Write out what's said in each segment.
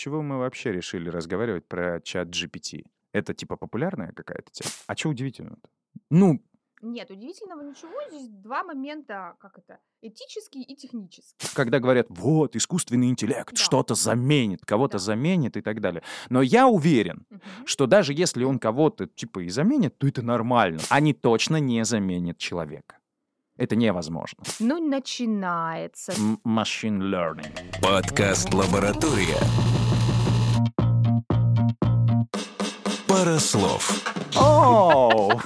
чего мы вообще решили разговаривать про чат GPT? Это типа популярная какая-то тема? А чё удивительного-то? Ну, Нет, удивительного ничего. Здесь 2 момента, как это, этический и технический. когда говорят, вот, искусственный интеллект Да, что-то заменит, кого-то да. заменит и так далее. Но я уверен, Мгм. что даже если он кого-то типа и заменит, то это нормально. Они точно не заменят человека. Это невозможно. Ну, начинается. Machine learning. Подкаст «Лаборатория». Пара слов. Оу!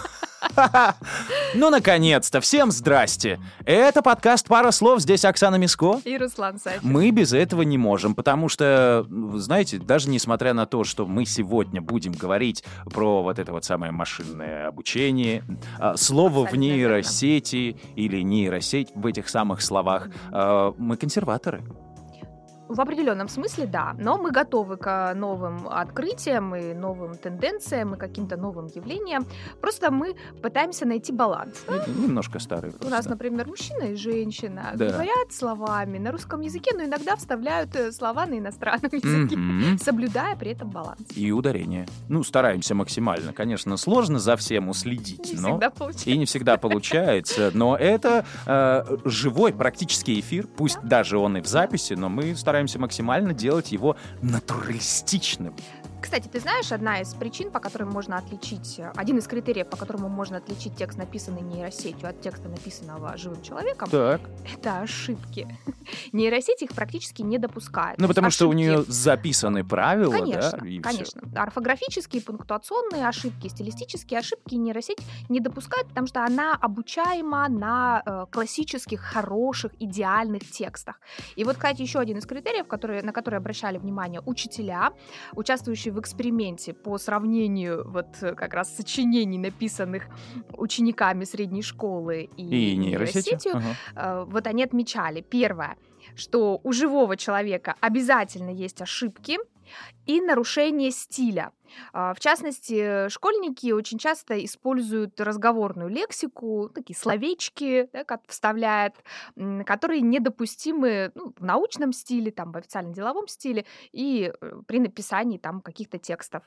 Ну, наконец-то! Всем здрасте! Это подкаст «Пара слов». Здесь Оксана Миско. И Руслан Сафин. Мы без этого не можем, потому что, вы знаете, даже несмотря на то, что мы сегодня будем говорить про вот это вот самое машинное обучение, слово в Абсолютно верно. нейросети или нейросеть в этих самых словах, мы консерваторы. В определенном смысле, да. Но мы готовы к новым открытиям и новым тенденциям, и каким-то новым явлениям. Просто мы пытаемся найти баланс. Немножко старые У просто, нас, да. например, мужчина и женщина Да. говорят словами на русском языке, но иногда вставляют слова на иностранном языке, Мгм. соблюдая при этом баланс. И ударение. Ну, стараемся максимально. Конечно, сложно за всем уследить, Не но... всегда получается. И не всегда получается, но это живой практический эфир, пусть даже он и в записи, но мы стараемся максимально делать его натуралистичным. Кстати, ты знаешь, одна из причин, по которым можно отличить, один из критериев, по которому можно отличить текст, написанный нейросетью, от текста, написанного живым человеком, Так. это ошибки. Нейросеть их практически не допускает. Ну, То есть потому что у ошибки- нее записаны правила, Конечно, да, и всё. конечно. Орфографические, пунктуационные ошибки, стилистические ошибки нейросеть не допускает, потому что она обучаема на классических, хороших, идеальных текстах. И вот, кстати, еще один из критериев, на который обращали внимание учителя, участвующие в эксперименте по сравнению вот как раз сочинений, написанных учениками средней школы И и нейросетью. нейросетью, Ага. вот они отмечали, первое, что у живого человека обязательно есть ошибки и нарушение стиля. В частности, школьники очень часто используют разговорную лексику, такие словечки, да, как вставляют, которые недопустимы в научном стиле, там, в официально-деловом стиле и при написании там каких-то текстов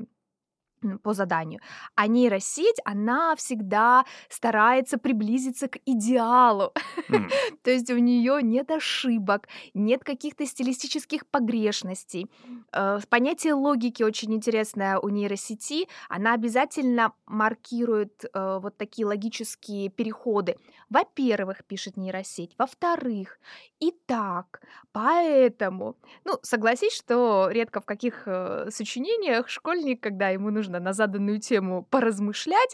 по заданию. А нейросеть, она всегда старается приблизиться к идеалу. М. То есть у нее нет ошибок, нет каких-то стилистических погрешностей. Понятие логики очень интересное у нейросети. Она обязательно маркирует вот такие логические переходы. Во-первых, пишет нейросеть. Во-вторых, итак, поэтому. Ну, согласись, что редко в каких сочинениях школьник, когда ему нужно на заданную тему поразмышлять,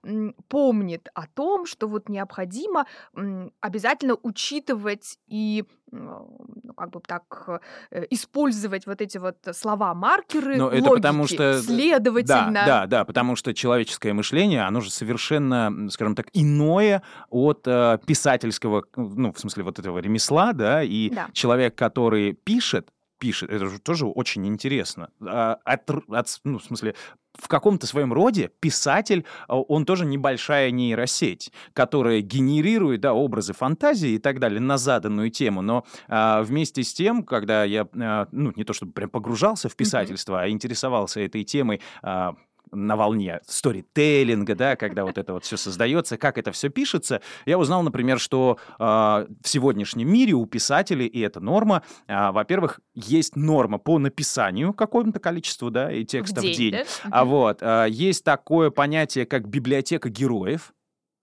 помнит о том, что вот необходимо обязательно учитывать и как бы так использовать вот эти вот слова-маркеры Но это логики, потому что... следовательно. Да, потому что человеческое мышление, оно же совершенно, скажем так, иное от писательского, ну, в смысле, вот этого ремесла, да, и Да. человек, который пишет, это же тоже очень интересно. Ну, в смысле, в каком-то своем роде писатель, он тоже небольшая нейросеть, которая генерирует, да, образы фантазии и так далее на заданную тему, но вместе с тем, когда я, ну, не то чтобы прям погружался в писательство, а интересовался этой темой, на волне сторителлинга, да, когда вот это вот все создается, как это все пишется, я узнал, например, что в сегодняшнем мире у писателей, и это норма, во-первых, есть норма по написанию какому-то количеству, да, и текстов в день. Да? А вот есть такое понятие, как библиотека героев.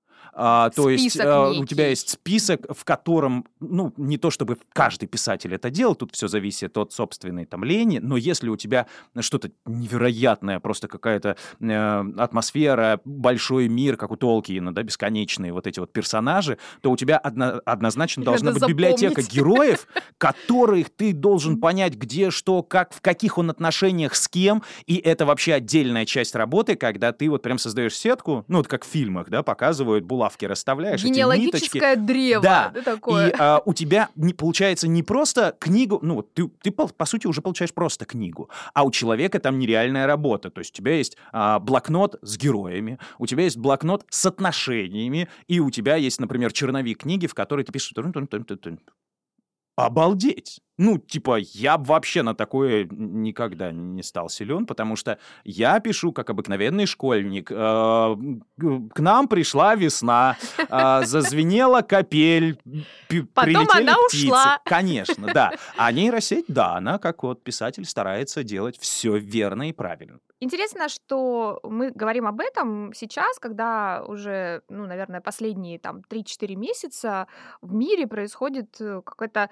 То есть Список у тебя некий. есть список, в котором, ну, не то чтобы каждый писатель это делал, тут все зависит от собственной там лени, но если у тебя что-то невероятное, просто какая-то атмосфера, большой мир, как у Толкиена, да, бесконечные вот эти вот персонажи, то у тебя однозначно Их должна надо быть библиотека запомнить. героев, которых ты должен понять, где, что, как, в каких он отношениях, с кем, и это вообще отдельная часть работы, когда ты вот прям создаешь сетку, ну, вот как в фильмах, да, показывают, булавки расставляешь, эти ниточки. Генеалогическое древо. Да, Такое. и у тебя получается не просто книгу, ну вот ты по сути уже получаешь просто книгу, а у человека там нереальная работа. То есть у тебя есть блокнот с героями, у тебя есть блокнот с отношениями, и у тебя есть, например, черновик книги, в которой ты пишешь... Обалдеть! Ну, типа, я б вообще на такое никогда не стал силен, потому что я пишу как обыкновенный школьник. К нам пришла весна, зазвенела капель, Потом прилетели она птицы. ушла. Конечно, да. А нейросеть, да, она как вот писатель старается делать все верно и правильно. Интересно, что мы говорим об этом сейчас, когда уже, ну, наверное, последние там 3-4 месяца в мире происходит какая-то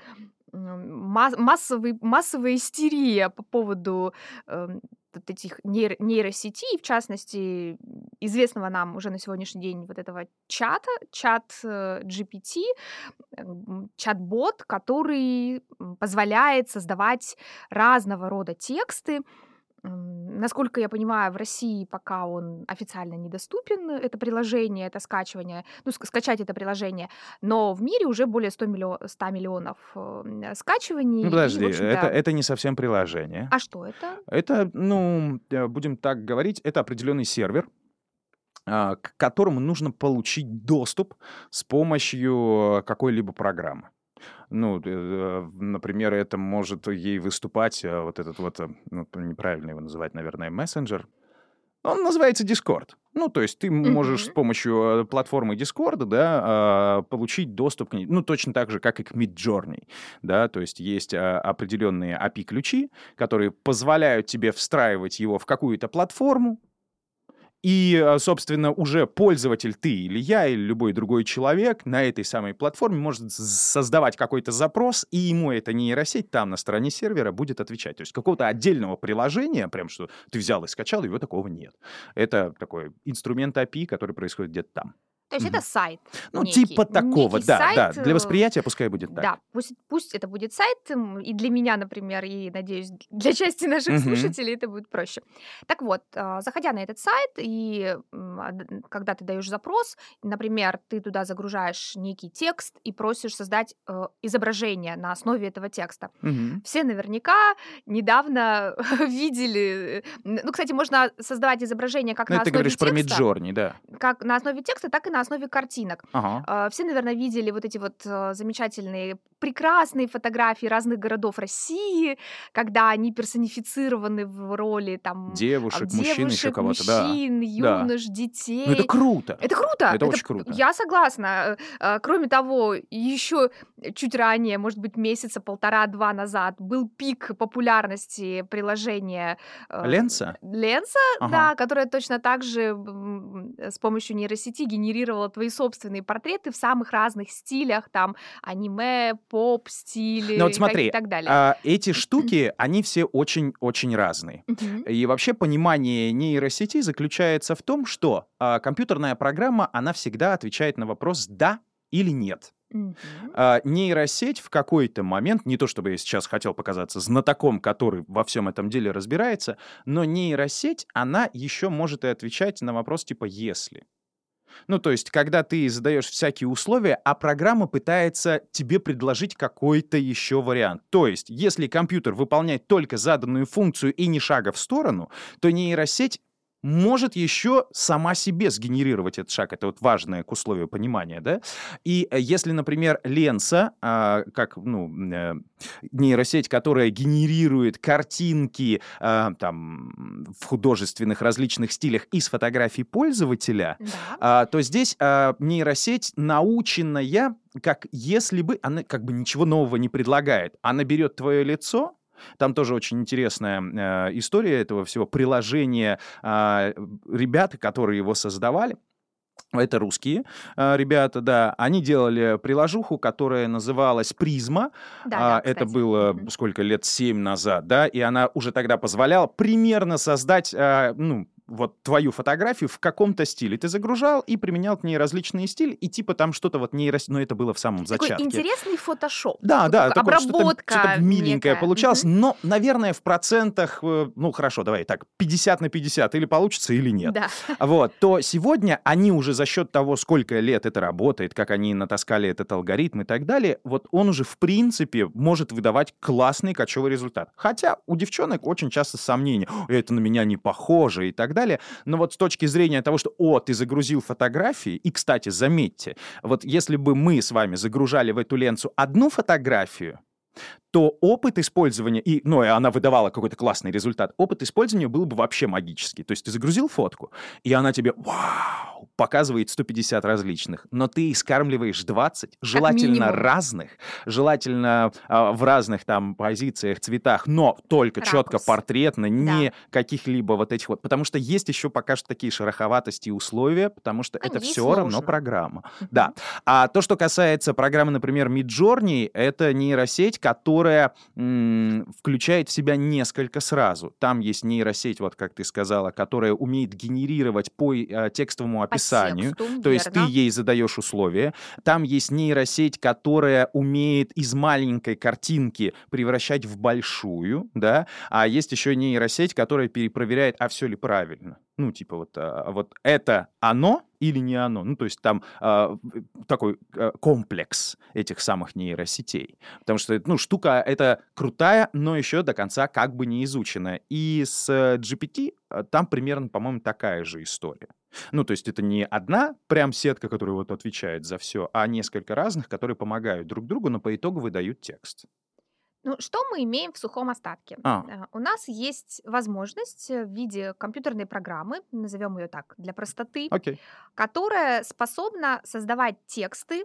массовая истерия по поводу вот этих нейросетей, в частности, известного нам уже на сегодняшний день вот этого чат GPT, чат-бот, который позволяет создавать разного рода тексты. Насколько я понимаю, в России пока он официально недоступен, это приложение, это скачивание, ну, скачать это приложение, но в мире уже более 100 миллионов скачиваний. Ну, И, в подожди, общем-то, это не совсем приложение. а что это? Это, ну, будем так говорить, это определенный сервер, к которому нужно получить доступ с помощью какой-либо программы. Ну, например, это может ей выступать вот этот вот, ну, неправильно его называть, наверное, мессенджер. Он называется Discord. Ну, то есть ты можешь с Мгм. помощью платформы Discord, да, получить доступ к ней. Ну, точно так же, как и к Midjourney, да, то есть есть определенные API-ключи, которые позволяют тебе встраивать его в какую-то платформу, и, собственно, уже пользователь, ты или я, или любой другой человек на этой самой платформе может создавать какой-то запрос, и ему эта нейросеть там на стороне сервера будет отвечать. То есть какого-то отдельного приложения, прям что ты взял и скачал, его такого нет. Это такой инструмент API, который происходит где-то там. То есть это сайт Ну, некий. типа такого, Некий да, да. сайт. Для восприятия пускай будет так. Да, пусть это будет сайт, и для меня, например, и, надеюсь, для части наших Мгм. слушателей это будет проще. Так вот, заходя на этот сайт, и когда ты даешь запрос, например, ты туда загружаешь некий текст и просишь создать изображение на основе этого текста. Мгм. Все наверняка недавно видели... Ну, кстати, можно создавать изображение как Ну, на это ты основе говоришь про текста, Midjourney, да. как на основе текста, так и на основе картинок. Ага. Все, наверное, видели вот эти вот замечательные, прекрасные фотографии разных городов России, когда они персонифицированы в роли там Девушек, мужчин, еще девушек, кого-то, да. мужчин, Да. юнош, Ну, это детей. круто. Это круто. Это очень круто. Я согласна. Кроме того, еще чуть ранее, может быть, месяца 1,5-2 назад, был пик популярности приложения Ленса? Ленса, Ага. да, которое точно так же с помощью нейросети генерировало твои собственные портреты в самых разных стилях, там аниме, поп-стили Ну вот и смотри, так далее. эти штуки, они все очень-очень разные. Мгм. И вообще понимание нейросети заключается в том, что компьютерная программа, она всегда отвечает на вопрос «да» или «нет». Мгм. Нейросеть в какой-то момент, не то чтобы я сейчас хотел показаться знатоком, который во всем этом деле разбирается, но нейросеть, она еще может и отвечать на вопрос типа «если». Ну, то есть, когда ты задаешь всякие условия, а программа пытается тебе предложить какой-то еще вариант. То есть, если компьютер выполняет только заданную функцию и ни шага в сторону, то нейросеть может еще сама себе сгенерировать этот шаг. Это вот важное к условию понимания, да? И если, например, Ленса, как, нейросеть, которая генерирует картинки там в художественных различных стилях из фотографий пользователя, Да. то здесь нейросеть наученная, как если бы она как бы ничего нового не предлагает. Она берет твое лицо. Там тоже очень интересная история этого всего приложения. Ребята, которые его создавали, это русские ребята, да. Они делали приложуху, которая называлась «Призма». Да, Это кстати. было Мгм. сколько, лет 7 назад, да, и она уже тогда позволяла примерно создать, вот твою фотографию в каком-то стиле. Ты загружал и применял к ней различные стили, и типа там что-то вот но это было в самом Такой зачатке. интересный фотошоп. Да, да, такое Обработка что-то миленькое некая. получалось, Мгм. но, наверное, в процентах, ну, хорошо, давай так, 50 на 50, или получится, или нет. Да. Вот, то сегодня они уже за счет того, сколько лет это работает, как они натаскали этот алгоритм и так далее, вот он уже, в принципе, может выдавать классный кочевый результат. Хотя у девчонок очень часто сомнения, это на меня не похоже и так далее, но вот с точки зрения того, что, ты загрузил фотографии, и, кстати, заметьте, вот если бы мы с вами загружали в эту ленцу одну фотографию, то опыт использования, и она выдавала какой-то классный результат, опыт использования был бы вообще магический. То есть ты загрузил фотку, и она тебе, вау, показывает 150 различных, но ты скармливаешь 20, желательно минимум. разных, желательно в разных там позициях, цветах, но только четко Ракурс. портретно, не каких-либо вот этих вот. Потому что есть еще пока что такие шероховатости и условия, потому что это Они все равно сложно. программа. Мгм. Да. А то, что касается программы, например, Midjourney, это нейросеть, которая включает в себя несколько сразу. Там есть нейросеть, вот как ты сказала, которая умеет генерировать по текстовому описанию. тексту, То есть ты верно. ей задаешь условия. Там есть нейросеть, которая умеет из маленькой картинки превращать в большую, да. А есть еще нейросеть, которая перепроверяет, а все ли правильно. Ну, типа вот это оно или не оно. Ну, то есть там такой комплекс этих самых нейросетей. Потому что, штука эта крутая, но еще до конца как бы не изученная. И с GPT там примерно, по-моему, такая же история. Ну, то есть это не одна прям сетка, которая вот отвечает за все, а несколько разных, которые помогают друг другу, но по итогу выдают текст. Ну, что мы имеем в сухом остатке? У нас есть возможность в виде компьютерной программы, назовем ее так для простоты, Окей. которая способна создавать тексты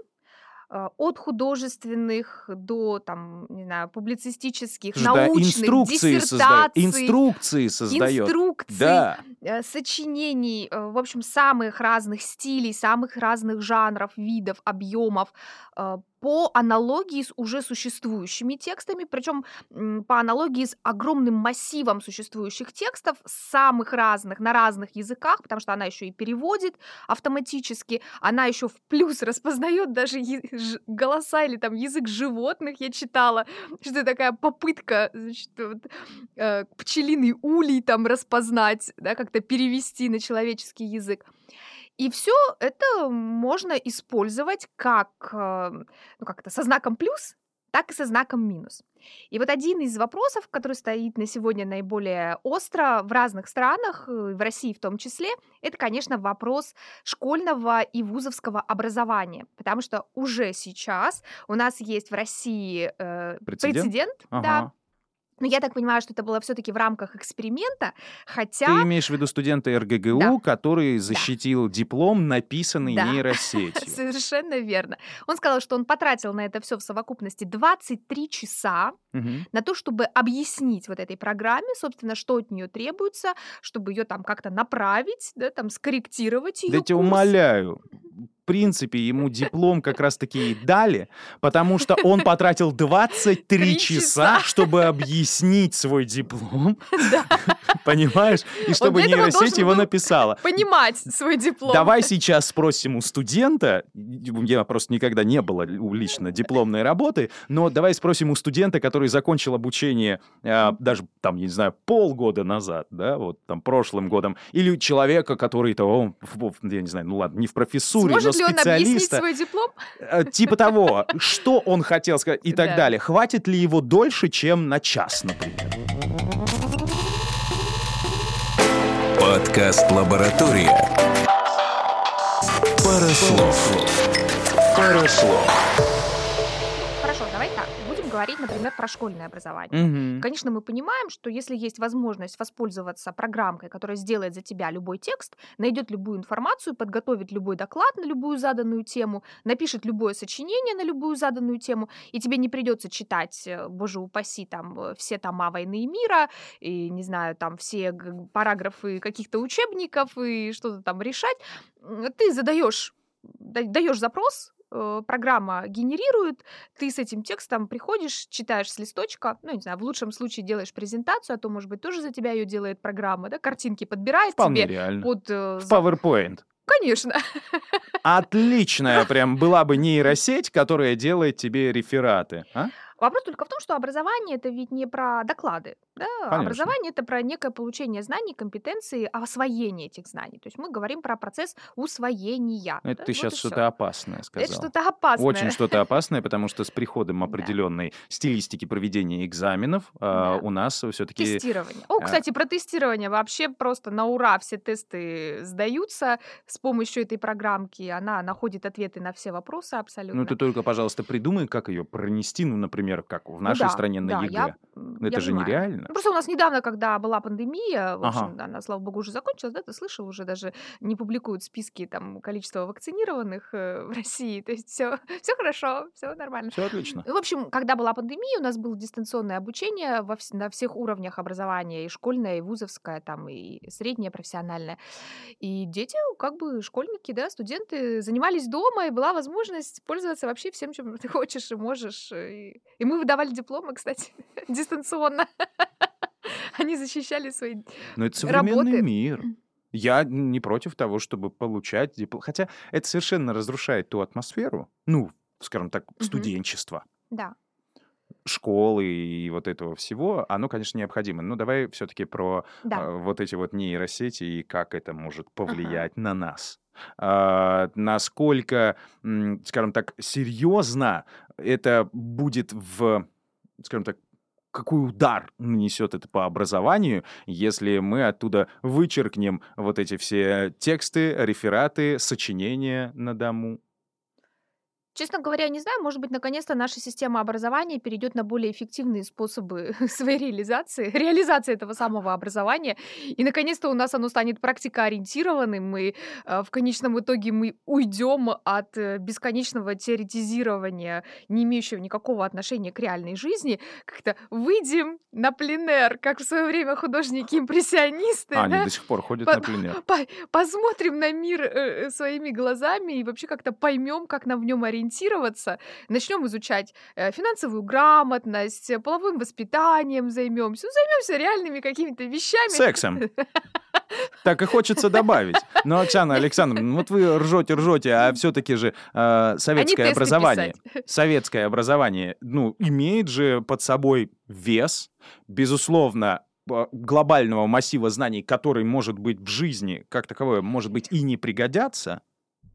от художественных до, там, не знаю, публицистических, Да, научных, инструкции создает. диссертаций, Инструкции создает. инструкций, Да. сочинений, в общем, самых разных стилей, самых разных жанров, видов, объемов, по аналогии с уже существующими текстами, причем по аналогии с огромным массивом существующих текстов, самых разных, на разных языках, потому что она еще и переводит автоматически, она еще в плюс распознает даже голоса или там язык животных, я читала, что такая попытка, значит, пчелиный улей там распознать, да, как-то перевести на человеческий язык. И все это можно использовать как, как-то со знаком плюс, так и со знаком минус. И вот один из вопросов, который стоит на сегодня наиболее остро в разных странах, в России в том числе, это, конечно, вопрос школьного и вузовского образования, потому что уже сейчас у нас есть в России прецедент, да. Ага. Но я так понимаю, что это было все-таки в рамках эксперимента, хотя... Ты имеешь в виду студента РГГУ, Да. который защитил диплом, написанный Да. нейросетью. Совершенно верно. Он сказал, что он потратил на это все в совокупности 23 часа Мгм. на то, чтобы объяснить вот этой программе, собственно, что от нее требуется, чтобы ее там как-то направить, да, там скорректировать ее Да я тебя курс. умоляю. В принципе, ему диплом как раз-таки и дали, потому что он потратил 23 3 часа, часа. чтобы объяснить свой диплом, Да. понимаешь? И чтобы для этого нейросеть должен его был написала. Понимать свой диплом. Давай сейчас спросим у студента, у меня просто никогда не было лично дипломной работы, но давай спросим у студента, который закончил обучение даже там, я не знаю, полгода назад, да, вот там прошлым годом, или у человека, который-то, я не знаю, ну ладно, не в профессуре, Сможет но ли он объяснить специалиста, свой диплом? типа того, что он хотел сказать и так Да. далее. Хватит ли его дольше, чем на час, например? Подкаст «Лаборатория». Пара слов. Пара слов. Хорошо, давай так. Будем говорить, например, про школьное образование. Мгм. Конечно, мы понимаем, что если есть возможность воспользоваться программкой, которая сделает за тебя любой текст, найдет любую информацию, подготовит любой доклад на любую заданную тему, напишет любое сочинение на любую заданную тему, и тебе не придется читать, боже упаси, там все тома «Войны и мира», и, не знаю, там все параграфы каких-то учебников и что-то там решать. Ты даешь запрос, программа генерирует, ты с этим текстом приходишь, читаешь с листочка, ну, не знаю, в лучшем случае делаешь презентацию, а то, может быть, тоже за тебя ее делает программа, да, картинки подбирает Вполне тебе реально. под... В PowerPoint. Конечно. Отличная прям была бы нейросеть, которая делает тебе рефераты. А? Вопрос только в том, что образование — это ведь не про доклады. Да, Конечно. образование это про некое получение знаний, компетенций, освоение этих знаний. То есть мы говорим про процесс усвоения. Это Да, ты вот сейчас и все. что-то опасное Это сказал. что-то Очень опасное. что-то опасное, потому что с приходом Да, определенной стилистики проведения экзаменов да. у нас все-таки... Тестирование. О, кстати, про тестирование. Вообще просто на ура все тесты сдаются с помощью этой программки. Она находит ответы на все вопросы Ну, абсолютно. ты только, пожалуйста, придумай, как ее пронести, ну, например, как в Ну нашей да, стране на да, ЕГЭ. я Это же понимаю. нереально. Ну, просто у нас недавно, когда была пандемия, в Ага, общем, она, слава богу, уже закончилась, да, ты слышал, уже даже не публикуют списки там количества вакцинированных в России, то есть все хорошо, все нормально. все отлично. Ну, в общем, когда была пандемия, у нас было дистанционное обучение на всех уровнях образования, и школьное, и вузовское, там, и среднее, профессиональное. И дети, как бы школьники, да, студенты занимались дома, и была возможность пользоваться вообще всем, чем ты хочешь и можешь. И мы выдавали дипломы, кстати, дистанционно. Они защищали свои Но это современный работы. мир. Я не против того, чтобы получать диплом. Хотя это совершенно разрушает ту атмосферу, ну, скажем так, Мгм. студенчества, Да, школы и вот этого всего. Оно, конечно, необходимо. Но давай все-таки про да. вот эти вот нейросети и как это может Ага. повлиять на нас. Насколько, скажем так, серьезно это будет скажем так, какой удар нанесет это по образованию, если мы оттуда вычеркнем вот эти все тексты, рефераты, сочинения на дому. Честно говоря, не знаю, может быть, наконец-то наша система образования перейдет на более эффективные способы своей реализации этого самого образования. И наконец-то у нас оно станет практикоориентированным, и в конечном итоге мы уйдем от бесконечного теоретизирования, не имеющего никакого отношения к реальной жизни, как-то выйдем на пленэр, как в свое время художники-импрессионисты, Они да, до сих пор ходят по- на пленэр. посмотрим на мир своими глазами и вообще как-то поймем, как нам в нем ориентироваться, начнем изучать финансовую грамотность, половым воспитанием займемся реальными какими-то вещами. Сексом. Так и хочется добавить. Но, Оксана Александровна, вот вы ржете, а все-таки же советское тесты образование, писать. советское образование, ну, имеет же под собой вес, безусловно, глобального массива знаний, который, может быть, в жизни как таковое, может быть, и не пригодятся,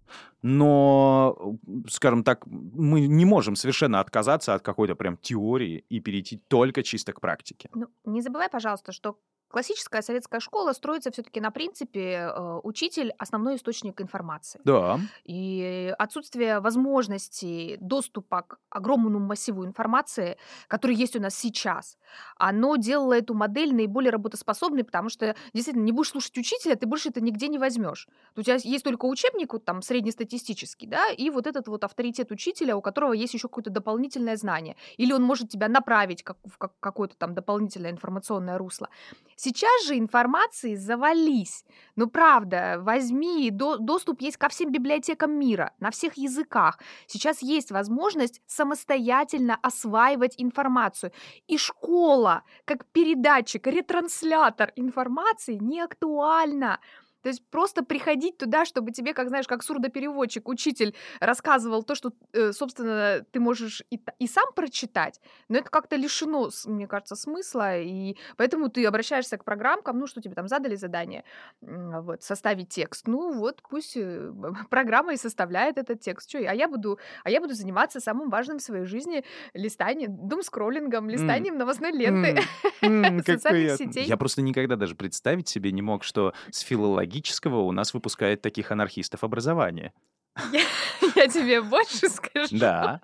но, скажем так, мы не можем совершенно отказаться от какой-то прям теории и перейти только чисто к практике. Ну, не забывай, пожалуйста, что классическая советская школа строится все-таки на принципе учитель — основной источник информации. Да, И отсутствие возможности доступа к огромному массиву информации, который есть у нас сейчас, оно делало эту модель наиболее работоспособной, потому что действительно не будешь слушать учителя, ты больше это нигде не возьмешь. У тебя есть только учебник, вот там среднестатистический, да, и вот этот вот авторитет учителя, у которого есть еще какое-то дополнительное знание. Или он может тебя направить в какое-то там дополнительное информационное русло. Сейчас же информации завались. Ну, правда, возьми, доступ есть ко всем библиотекам мира, на всех языках. Сейчас есть возможность самостоятельно осваивать информацию. И школа, как передатчик, ретранслятор информации, не актуальна. То есть просто приходить туда, чтобы тебе, как знаешь, как сурдопереводчик, учитель рассказывал то, что, собственно, ты можешь и сам прочитать, но это как-то лишено, мне кажется, смысла, и поэтому ты обращаешься к программкам, ну, что тебе там задали задание, вот, составить текст. Ну, вот пусть программа и составляет этот текст. Чё, а я буду заниматься самым важным в своей жизни листанием, думскроллингом, листанием новостной ленты, как социальных приятно. сетей. Я просто никогда даже представить себе не мог, что с филологического у нас выпускают таких анархистов образования. Я я тебе больше скажу. Да.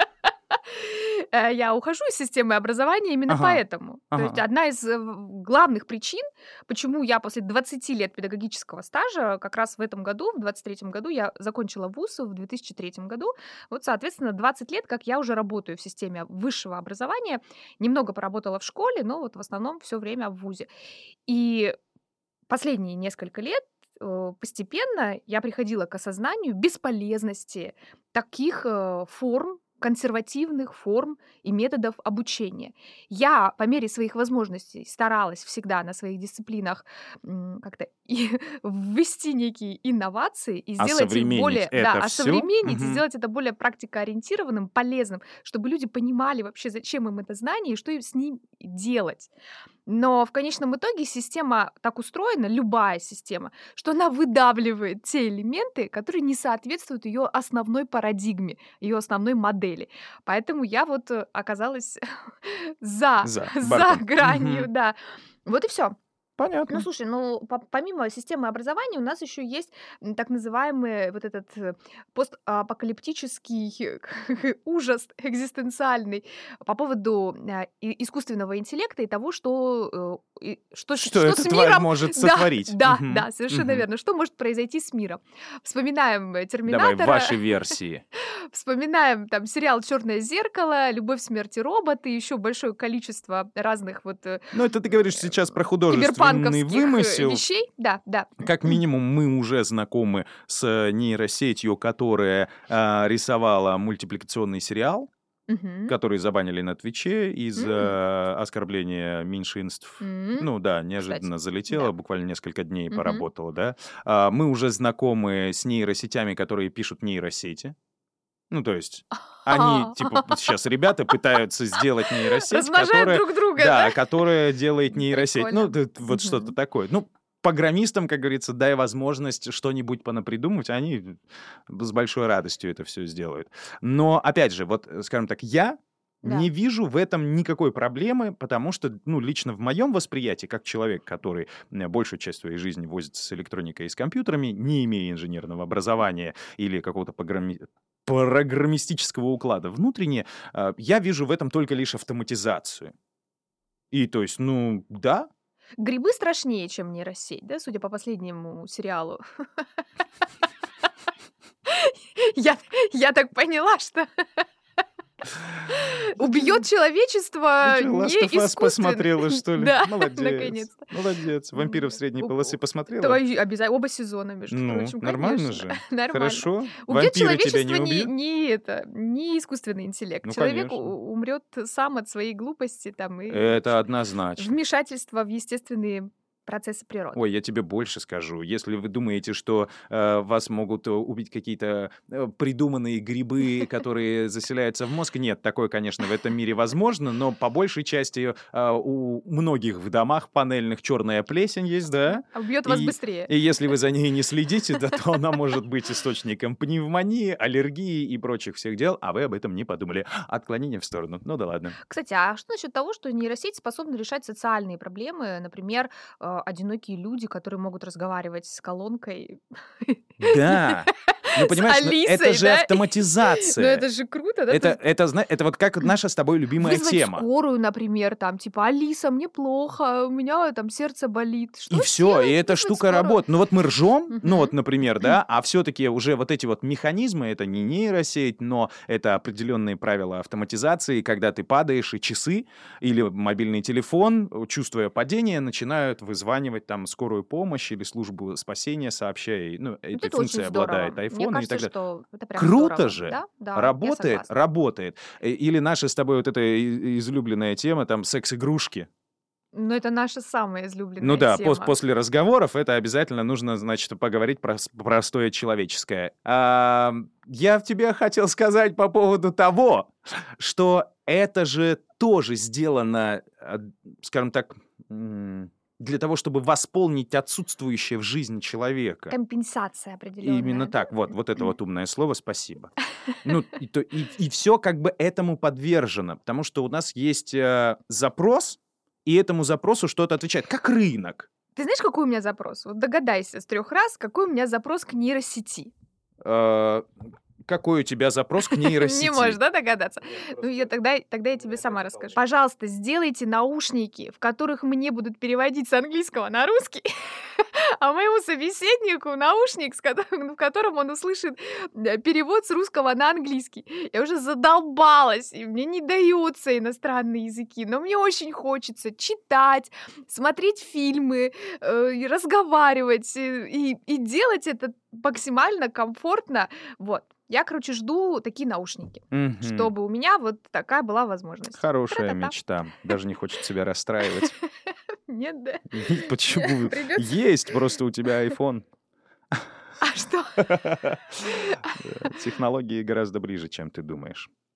Я ухожу из системы образования именно Ага, поэтому. То есть ага. одна из главных причин, почему я после 20 лет педагогического стажа, как раз в этом году, в 23-м году, я закончила вуз в 2003 году. Вот, соответственно, 20 лет, как я уже работаю в системе высшего образования. Немного поработала в школе, но вот в основном все время в вузе. И последние несколько лет постепенно я приходила к осознанию бесполезности таких форм, консервативных форм и методов обучения. Я по мере своих возможностей старалась всегда на своих дисциплинах как-то ввести некие инновации и сделать их Осовременить более, да, это все. осовременить, и сделать это более практикоориентированным, полезным, чтобы люди понимали вообще, зачем им это знание и что им с ним делать. Но в конечном итоге система так устроена, любая система, что она выдавливает те элементы, которые не соответствуют ее основной парадигме, ее основной модели. Поэтому я вот оказалась за, За за бортом. гранью, Мгм. да. Вот и все. Ну, Понятно. слушай, ну, помимо системы образования у нас еще есть так называемый вот этот постапокалиптический ужас экзистенциальный по поводу искусственного интеллекта и того, Что что эта с тварь миром... может Да, сотворить? да, Мгм. да, совершенно Мгм. верно. Что может произойти с миром? Вспоминаем Давай Терминатора, ваши версии. вспоминаем там сериал «Черное зеркало», «Любовь, смерть и роботы», еще большое количество разных вот Ну, это ты говоришь сейчас про художественный киберпанковских вымысел. вещей. Да, да. Как минимум, мы уже знакомы с нейросетью, которая рисовала мультипликационный сериал, Мгм. который забанили на Твиче М. из-за оскорбления меньшинств. М. Ну да, неожиданно Кстати, залетело, да. буквально несколько дней Мгм. поработало, да. Мы уже знакомы с нейросетями, которые пишут нейросети. Ну, то есть они, типа, сейчас ребята пытаются сделать нейросеть, Размножают которая, друг друга, да, да? которая делает нейросеть. Ну, Прикольно. вот что-то Мгм. такое. Ну, программистам, как говорится, дай возможность что-нибудь понапридумать, они с большой радостью это все сделают. Но, опять же, вот, скажем так, я Да. не вижу в этом никакой проблемы, потому что, ну, лично в моем восприятии, как человек, который большую часть своей жизни возится с электроникой и с компьютерами, не имея инженерного образования или какого-то программистического уклада внутренне, я вижу в этом только лишь автоматизацию. И то есть, ну, да, Грибы страшнее, чем нейросеть, да, судя по последнему сериалу. Я так поняла, что убьет человечество ты что, не Last of Us искусственно. посмотрела, что ли? Да, Молодец, наконец-то. молодец. Вампиров средней У- полосы у- посмотрела? Обязательно, оба сезона, между Ну, прочим, нормально конечно. же. Нормально. Хорошо. Убьет Вампиры тебя человечество не убьют? не искусственный интеллект. Ну, Человек конечно. умрет сам от своей глупости там и Это однозначно. вмешательства в естественные процессы природы. Ой, я тебе больше скажу. Если вы думаете, что вас могут убить какие-то придуманные грибы, которые заселяются в мозг, нет, такое, конечно, в этом мире возможно, но по большей части у многих в домах панельных черная плесень есть, да? Убьет вас И быстрее. если вы за ней не следите, да, то она может быть источником пневмонии, аллергии и прочих всех дел, а вы об этом не подумали. Отклонение в сторону. Ну да ладно. Кстати, а что насчет того, что нейросети способны решать социальные проблемы, например, одинокие люди, которые могут разговаривать с колонкой, Да. Ну, с понимаешь, ну, это Алисой, же да? Ну автоматизация. это же круто, да? То есть Это вот как наша с тобой любимая вызвать тема. скорую, например, там, типа, Алиса, мне плохо, у меня там сердце болит. Что И все, и делать? эта Вызвать штука скорую. работает. Ну вот мы ржем, ну вот, Мгм. например, да, а все-таки уже вот эти вот механизмы, это не нейросеть, но это определенные правила автоматизации, когда ты падаешь, и часы или мобильный телефон, чувствуя падение, начинают вызванивать там скорую помощь или службу спасения, сообщая, ну, Вот этой это очень функцией здорово. обладает Мне iPhone и кажется, так далее. что это прям Круто здорово. же! Да, да, я Работает, согласна. работает. Или наша с тобой вот эта излюбленная тема, там, секс-игрушки. Но это наша самая Ну излюбленная да, тема. после разговоров это обязательно нужно, значит, поговорить про простое человеческое. Я в тебе хотел сказать по поводу того, что это же тоже сделано, скажем так, для того, чтобы восполнить отсутствующее в жизни человека. Компенсация определенная. Именно да? так. Вот это вот умное слово, спасибо. Ну, и все как бы этому подвержено, потому что у нас есть запрос, и этому запросу что-то отвечает, как рынок. Ты знаешь, какой у меня запрос? Вот догадайся с 3 раз, какой у меня запрос к нейросети. Какой у тебя запрос к Не нейросети? можешь, да, догадаться? Ну, тогда я тебе сама расскажу. Пожалуйста, сделайте наушники, в которых мне будут переводить с английского на русский, а моему собеседнику наушник, в котором он услышит перевод с русского на английский. Я уже задолбалась, и мне не даются иностранные языки, но мне очень хочется читать, смотреть фильмы, и разговаривать, и делать это максимально комфортно. Вот. Я, короче, жду такие наушники, Мгм. чтобы у меня вот такая была возможность. Хорошая Тра-та-та. мечта. Даже не хочет себя расстраивать. Нет, да? Почему? Придётся. Есть просто у тебя iPhone. А что? Технологии гораздо ближе, чем ты думаешь.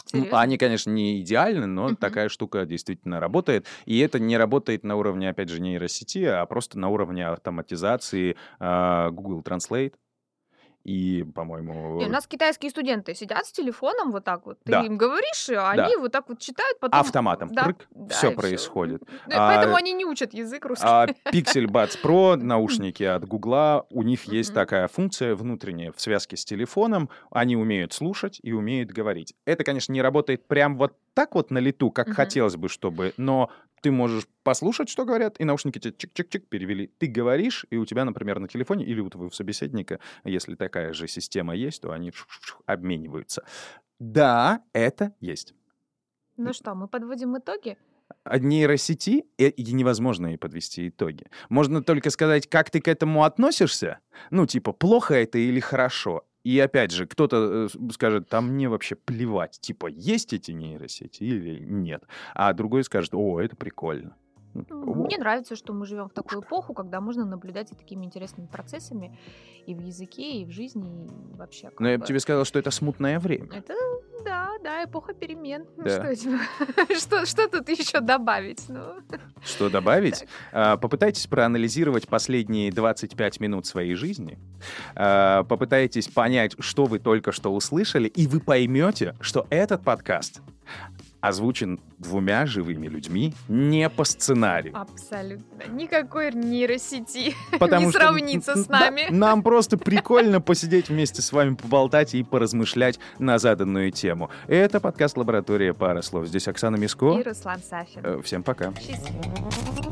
Интересно. Они, конечно, не идеальны, но такая штука действительно работает. И это не работает на уровне, опять же, нейросети, а просто на уровне автоматизации Google Translate. И, Не, у по-моему, нас китайские студенты сидят с телефоном вот так вот. Ты да, им говоришь, и да, они вот так вот читают, потом... автоматом, Да, прыг, да, все и все. происходит. Поэтому А они не учат язык русский. Pixel Buds Pro, наушники от Гугла, у них есть Мгм. такая функция внутренняя в связке с телефоном. Они умеют слушать и умеют говорить. Это, конечно, не работает прям вот так вот на лету, как Мгм. хотелось бы, чтобы, но ты можешь послушать, что говорят, и наушники тебе чик-чик-чик перевели. Ты говоришь, и у тебя, например, на телефоне или у твоего собеседника, если такая же система есть, то они обмениваются. Да, это есть. Ну что, мы подводим итоги? От нейросети и невозможно ей подвести итоги. Можно только сказать, как ты к этому относишься. Ну, типа, плохо это или хорошо. И опять же, кто-то скажет, там мне вообще плевать. Типа, есть эти нейросети или нет. А другой скажет, о, это прикольно. Мне нравится, что мы живем в такую эпоху, когда можно наблюдать за такими интересными процессами и в языке, и в жизни, и вообще. Но я бы тебе сказал, что это смутное время. Это, да, эпоха перемен. Ну, Да. что тут еще добавить? Ну, Что добавить? так. Попытайтесь проанализировать последние 25 минут своей жизни. Попытайтесь понять, что вы только что услышали, и вы поймете, что этот подкаст озвучен 2 живыми людьми не по сценарию. Абсолютно. Никакой нейросети Потому не что сравнится с нами. нам просто прикольно посидеть вместе с вами, поболтать и поразмышлять на заданную тему. Это подкаст «Лаборатория пара слов». Здесь Оксана Миско. И Руслан Сафин. Всем пока. Счастливо.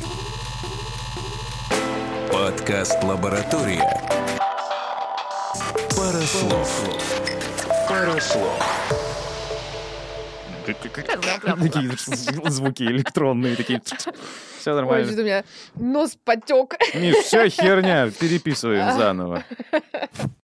Подкаст «Лаборатория». Пара слов. Пара слов. Такие звуки электронные, такие. Все Ой, нормально. что-то у меня нос потек. Миш, все херня, переписываем заново.